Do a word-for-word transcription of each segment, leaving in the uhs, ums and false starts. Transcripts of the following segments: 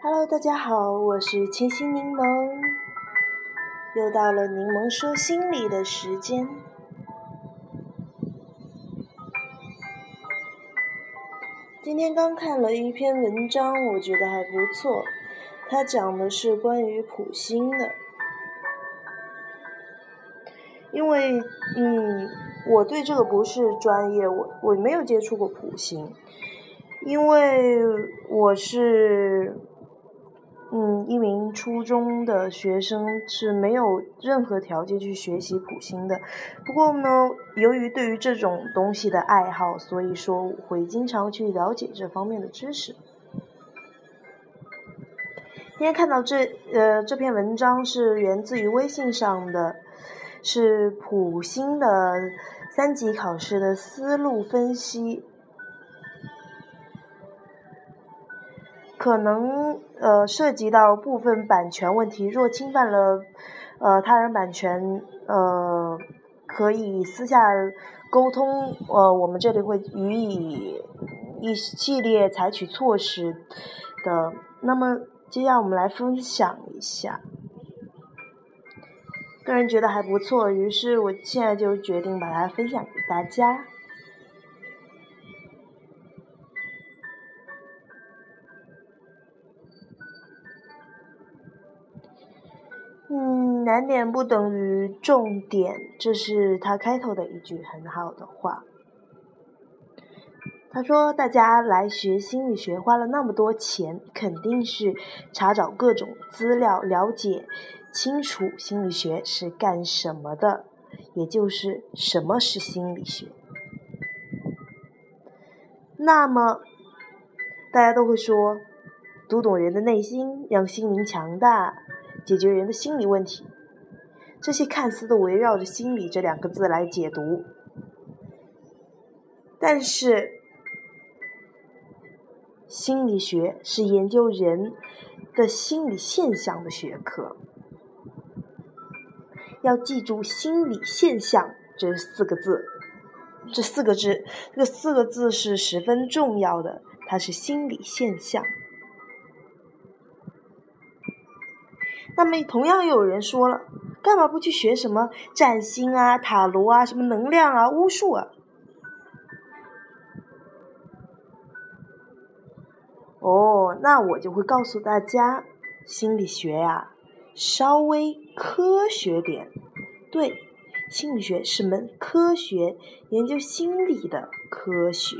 Hello， 大家好，我是清新柠檬，又到了柠檬说心理的时间。今天刚看了一篇文章，我觉得还不错，它讲的是关于普心的。因为，嗯，我对这个不是专业，我我没有接触过普心，因为我是。嗯，一名初中的学生是没有任何条件去学习普心的。不过呢，由于对于这种东西的爱好，所以说我会经常去了解这方面的知识。今天看到这呃这篇文章是源自于微信上的，是普心的三级考试的思路分析。可能呃涉及到部分版权问题，若侵犯了呃他人版权，呃可以私下沟通，呃我们这里会予以一系列采取措施的。那么接下来我们来分享一下，个人觉得还不错，于是我现在就决定把它分享给大家。嗯，难点不等于重点，这是他开头的一句很好的话。他说，大家来学心理学花了那么多钱，肯定是查找各种资料，了解清楚心理学是干什么的，也就是什么是心理学。那么大家都会说，读懂人的内心，让心灵强大，解决人的心理问题，这些看似都围绕着心理这两个字来解读。但是心理学是研究人的心理现象的学科，要记住心理现象这四个字，这四个字，这四个字是十分重要的，它是心理现象。那么同样有人说了，干嘛不去学什么占星啊、塔罗啊、什么能量啊、巫术啊？哦，那我就会告诉大家，心理学呀，稍微科学点。对，心理学是门科学，研究心理的科学。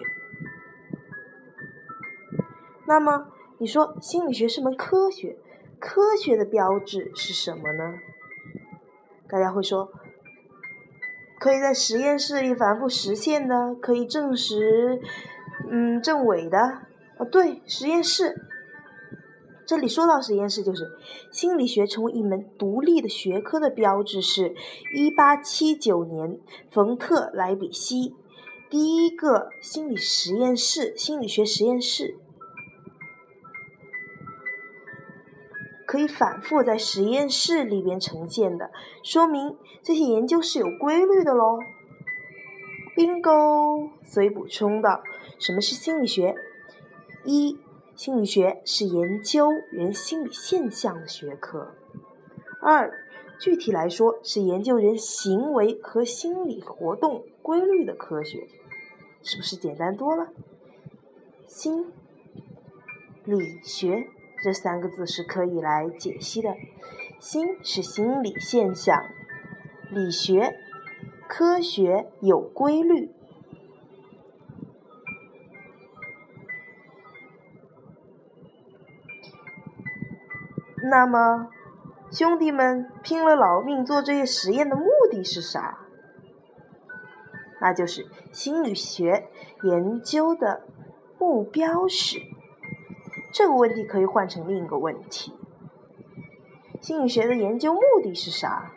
那么你说心理学是门科学，科学的标志是什么呢？大家会说，可以在实验室里反复实现的，可以证实嗯证伪的。啊，对，实验室。这里说到实验室，就是心理学成为一门独立的学科的标志是一八七九年冯特莱比锡第一个心理实验室，心理学实验室可以反复在实验室里边呈现的，说明这些研究是有规律的咯。bingo， 所以补充到，什么是心理学？一，心理学是研究人心理现象的学科。二，具体来说是研究人行为和心理活动规律的科学。是不是简单多了？心理学这三个字是可以来解析的。心是心理现象，理学科学有规律。那么兄弟们拼了老命做这些实验的目的是啥？那就是心理学研究的目标是，这个问题可以换成另一个问题，心理学的研究目的是啥？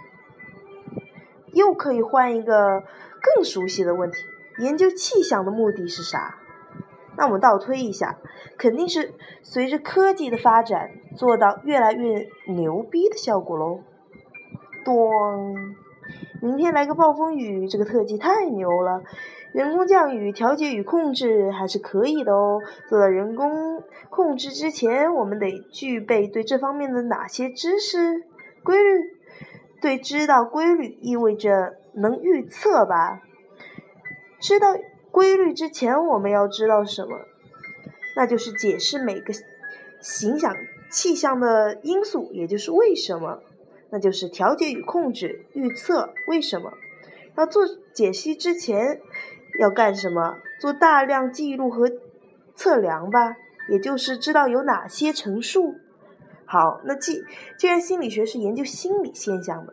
又可以换一个更熟悉的问题，研究气象的目的是啥？那我们倒推一下，肯定是随着科技的发展，做到越来越牛逼的效果咯。咚！明天来个暴风雨，这个特技太牛了， 人工降雨、调节与控制还是可以的哦。做到人工控制之前，我们得具备对这方面的哪些知识、规律？对，知道规律意味着能预测吧。知道规律之前，我们要知道什么？那就是解释每个形象气象的因素，也就是为什么。那就是调节与控制、预测为什么。要做解析之前要干什么？做大量记录和测量吧，也就是知道有哪些陈述。好，那既既然心理学是研究心理现象的，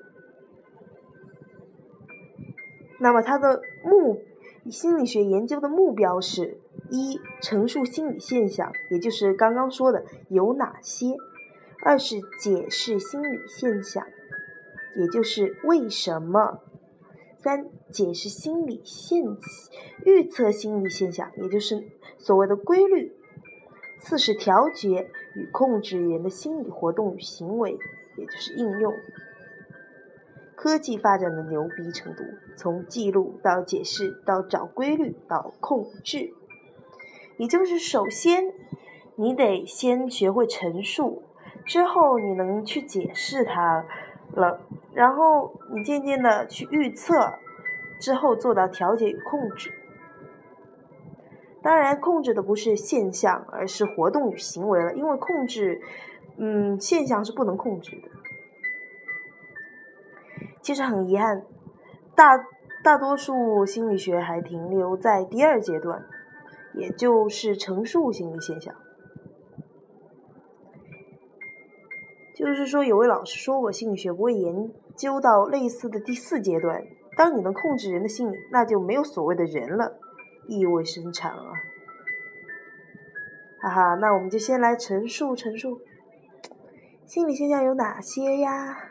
那么它的目心理学研究的目标是：一、陈述心理现象，也就是刚刚说的有哪些；二是解释心理现象，也就是为什么；三、解释心理现预测心理现象，也就是所谓的规律；四是调节与控制人的心理活动与行为，也就是应用。科技发展的牛逼程度，从记录到解释到找规律到控制，也就是首先你得先学会陈述，之后你能去解释它了，然后你渐渐的去预测，之后做到调节与控制。当然控制的不是现象，而是活动与行为了，因为控制嗯，现象是不能控制的。其实很遗憾，大大多数心理学还停留在第二阶段，也就是陈述心理现象。就是说，有位老师说过，心理学不会研究到类似的第四阶段。当你能控制人的心理，那就没有所谓的人了，意味深长啊！哈哈，那我们就先来陈述陈述心理现象有哪些呀？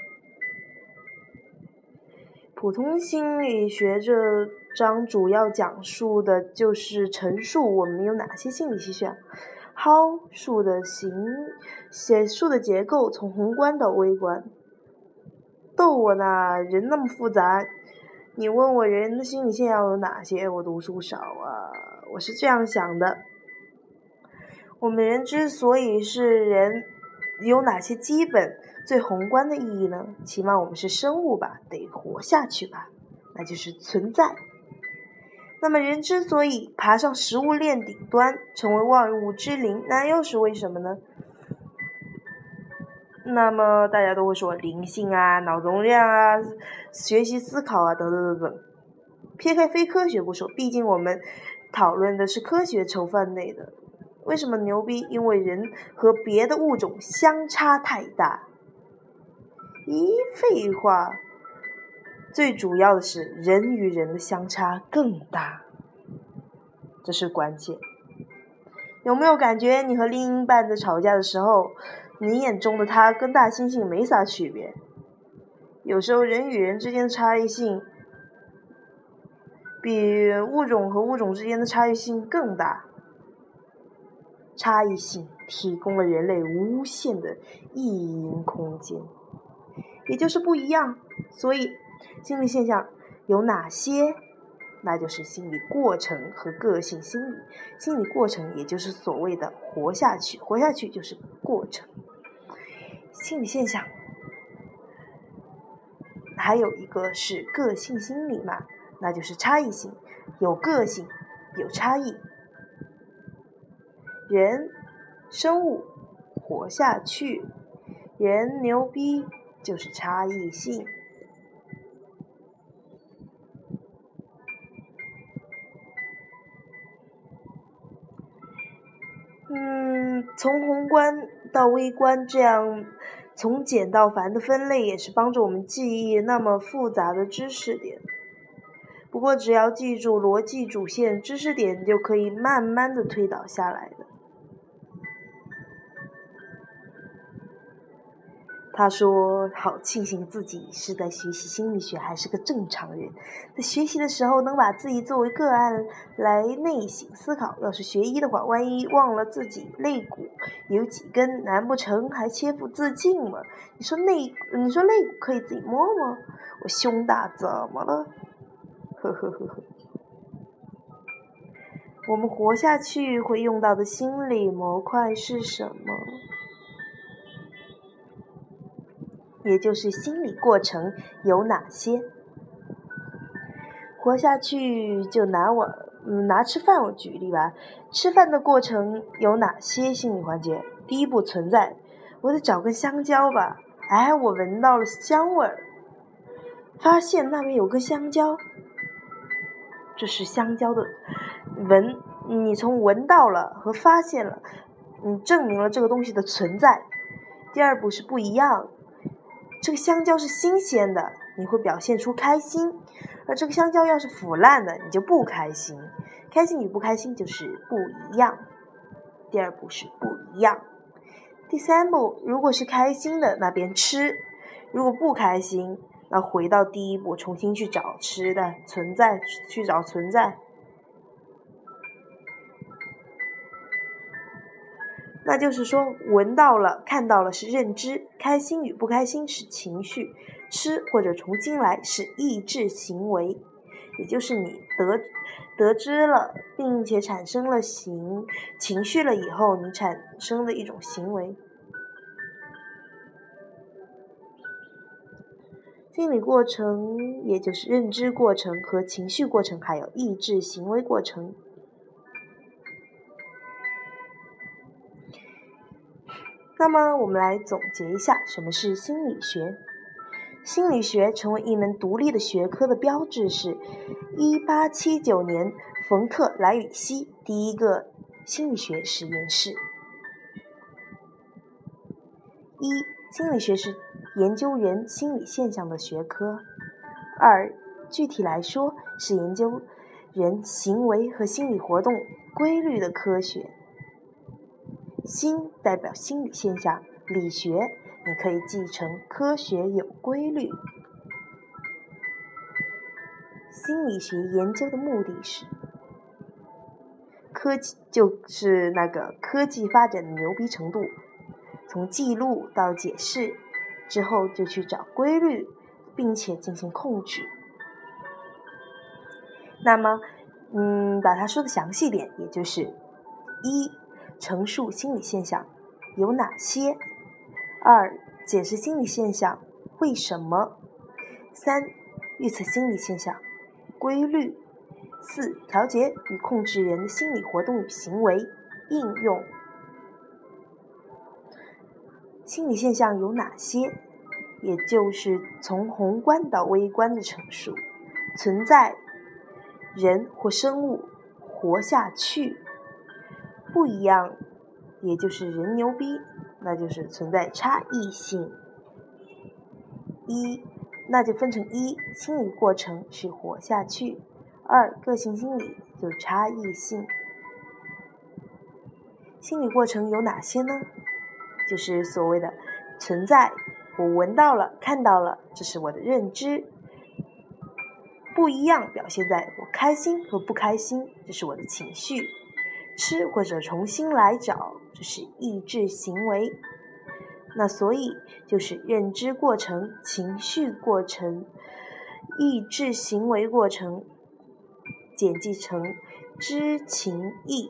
普通心理学这章主要讲述的就是陈述我们有哪些心理现象。how 述的形写述的结构从宏观到微观。逗我呢，人那么复杂，你问我人的心理现象有哪些，我读书少啊。我是这样想的，我们人之所以是人，有哪些基本最宏观的意义呢？起码我们是生物吧，得活下去吧，那就是存在。那么人之所以爬上食物链顶端，成为万物之灵，那又是为什么呢？那么大家都会说灵性啊、脑容量啊、学习思考啊等等等等。撇开非科学不说，毕竟我们讨论的是科学筹范内的。为什么牛逼？因为人和别的物种相差太大。咦，废话，最主要的是人与人的相差更大，这是关键。有没有感觉你和另一半在吵架的时候，你眼中的他跟大猩猩没啥区别？有时候人与人之间的差异性比物种和物种之间的差异性更大。差异性提供了人类无限的意淫空间，也就是不一样。所以心理现象有哪些？那就是心理过程和个性心理。心理过程也就是所谓的活下去，活下去就是过程。心理现象还有一个是个性心理嘛，那就是差异性，有个性有差异。人生物活下去，人牛逼就是差异性。嗯，从宏观到微观，这样从简到繁的分类也是帮助我们记忆那么复杂的知识点。不过只要记住逻辑主线，知识点就可以慢慢的推导下来的。他说好庆幸自己是在学习心理学，还是个正常人，在学习的时候能把自己作为个案来内省思考，要是学医的话，万一忘了自己肋骨有几根，难不成还切腹自尽吗？你说肋你说肋骨可以自己摸吗？我胸大怎么了？呵呵呵呵。 我们活下去会用到的心理模块是什么？也就是心理过程有哪些？活下去就拿我嗯拿吃饭我举例吧，吃饭的过程有哪些心理环节？第一步存在，我得找根香蕉吧，哎，我闻到了香味儿，发现那边有根香蕉，这是香蕉的闻，你从闻到了和发现了，嗯，证明了这个东西的存在。第二步是不一样，这个香蕉是新鲜的，你会表现出开心，而这个香蕉要是腐烂的，你就不开心。开心与不开心就是不一样。第二步是不一样。第三步，如果是开心的，那边吃；如果不开心，那回到第一步，重新去找吃的存在，去找存在。那就是说，闻到了、看到了是认知，开心与不开心是情绪，吃或者重新来是意志行为，也就是你得得知了，并且产生了行情绪了以后，你产生的一种行为。心理过程也就是认知过程和情绪过程，还有意志行为过程。那么我们来总结一下什么是心理学。心理学成为一门独立的学科的标志是一八七九年冯特莱里希第一个心理学实验室。一、心理学是研究人心理现象的学科。二、具体来说是研究人行为和心理活动规律的科学。心代表心理现象，理学你可以记成科学有规律。心理学研究的目的是科技，就是那个科技发展的牛逼程度，从记录到解释之后就去找规律，并且进行控制。那么嗯，把它说的详细点，也就是一、陈述心理现象有哪些；二、解释心理现象为什么；三、预测心理现象规律；四、调节与控制人的心理活动与行为应用。心理现象有哪些？也就是从宏观到微观的陈述，存在人或生物活下去。不一样，也就是人牛逼，那就是存在差异性。一，那就分成一，心理过程是活下去；二，个性心理就差异性。心理过程有哪些呢？就是所谓的存在，我闻到了，看到了，这是我的认知。不一样表现在我开心和不开心，这是我的情绪。吃或者重新来找，这是意志行为。那所以就是认知过程、情绪过程、意志行为过程，简记成知情意。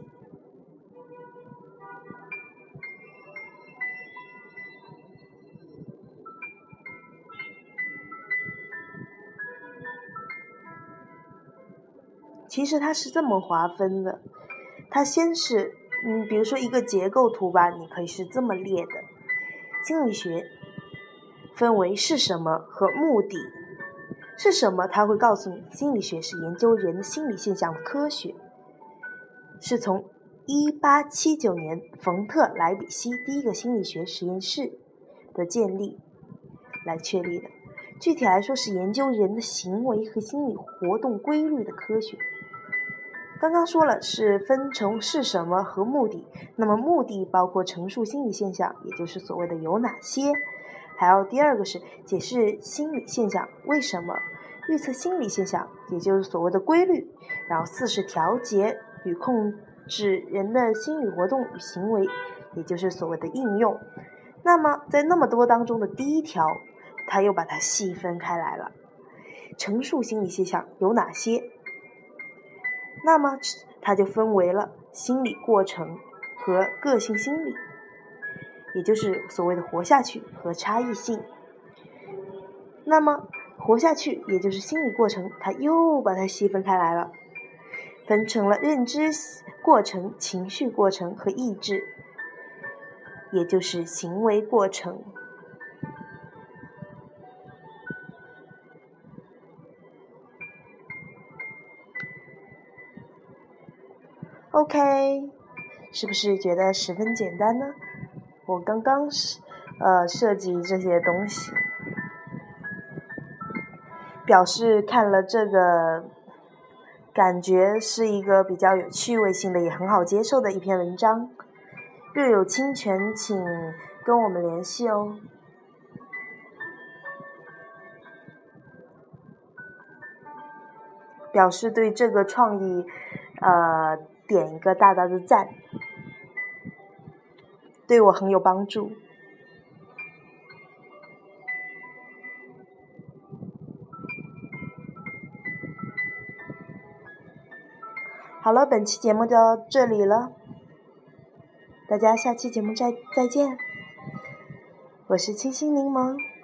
其实它是这么划分的，它先是嗯，比如说一个结构图吧，你可以是这么列的：心理学分为是什么和目的。是什么？它会告诉你，心理学是研究人的心理现象的科学，是从一八七九年冯特莱比希第一个心理学实验室的建立来确立的。具体来说，是研究人的行为和心理活动规律的科学。刚刚说了是分成是什么和目的，那么目的包括陈述心理现象，也就是所谓的有哪些，还有第二个是解释心理现象为什么，预测心理现象，也就是所谓的规律，然后四是调节与控制人的心理活动与行为，也就是所谓的应用。那么在那么多当中的第一条，它又把它细分开来了，陈述心理现象有哪些。那么它就分为了心理过程和个性心理，也就是所谓的活下去和差异性。那么活下去也就是心理过程，它又把它细分开来了，分成了认知过程、情绪过程和意志，也就是行为过程。OK， 是不是觉得十分简单呢？我刚刚呃设计这些东西，表示看了这个，感觉是一个比较有趣味性的，也很好接受的一篇文章。若有侵权，请跟我们联系哦。表示对这个创意，呃，点一个大大的赞，对我很有帮助。好了，本期节目就到这里了，大家下期节目再再见。我是清新柠檬。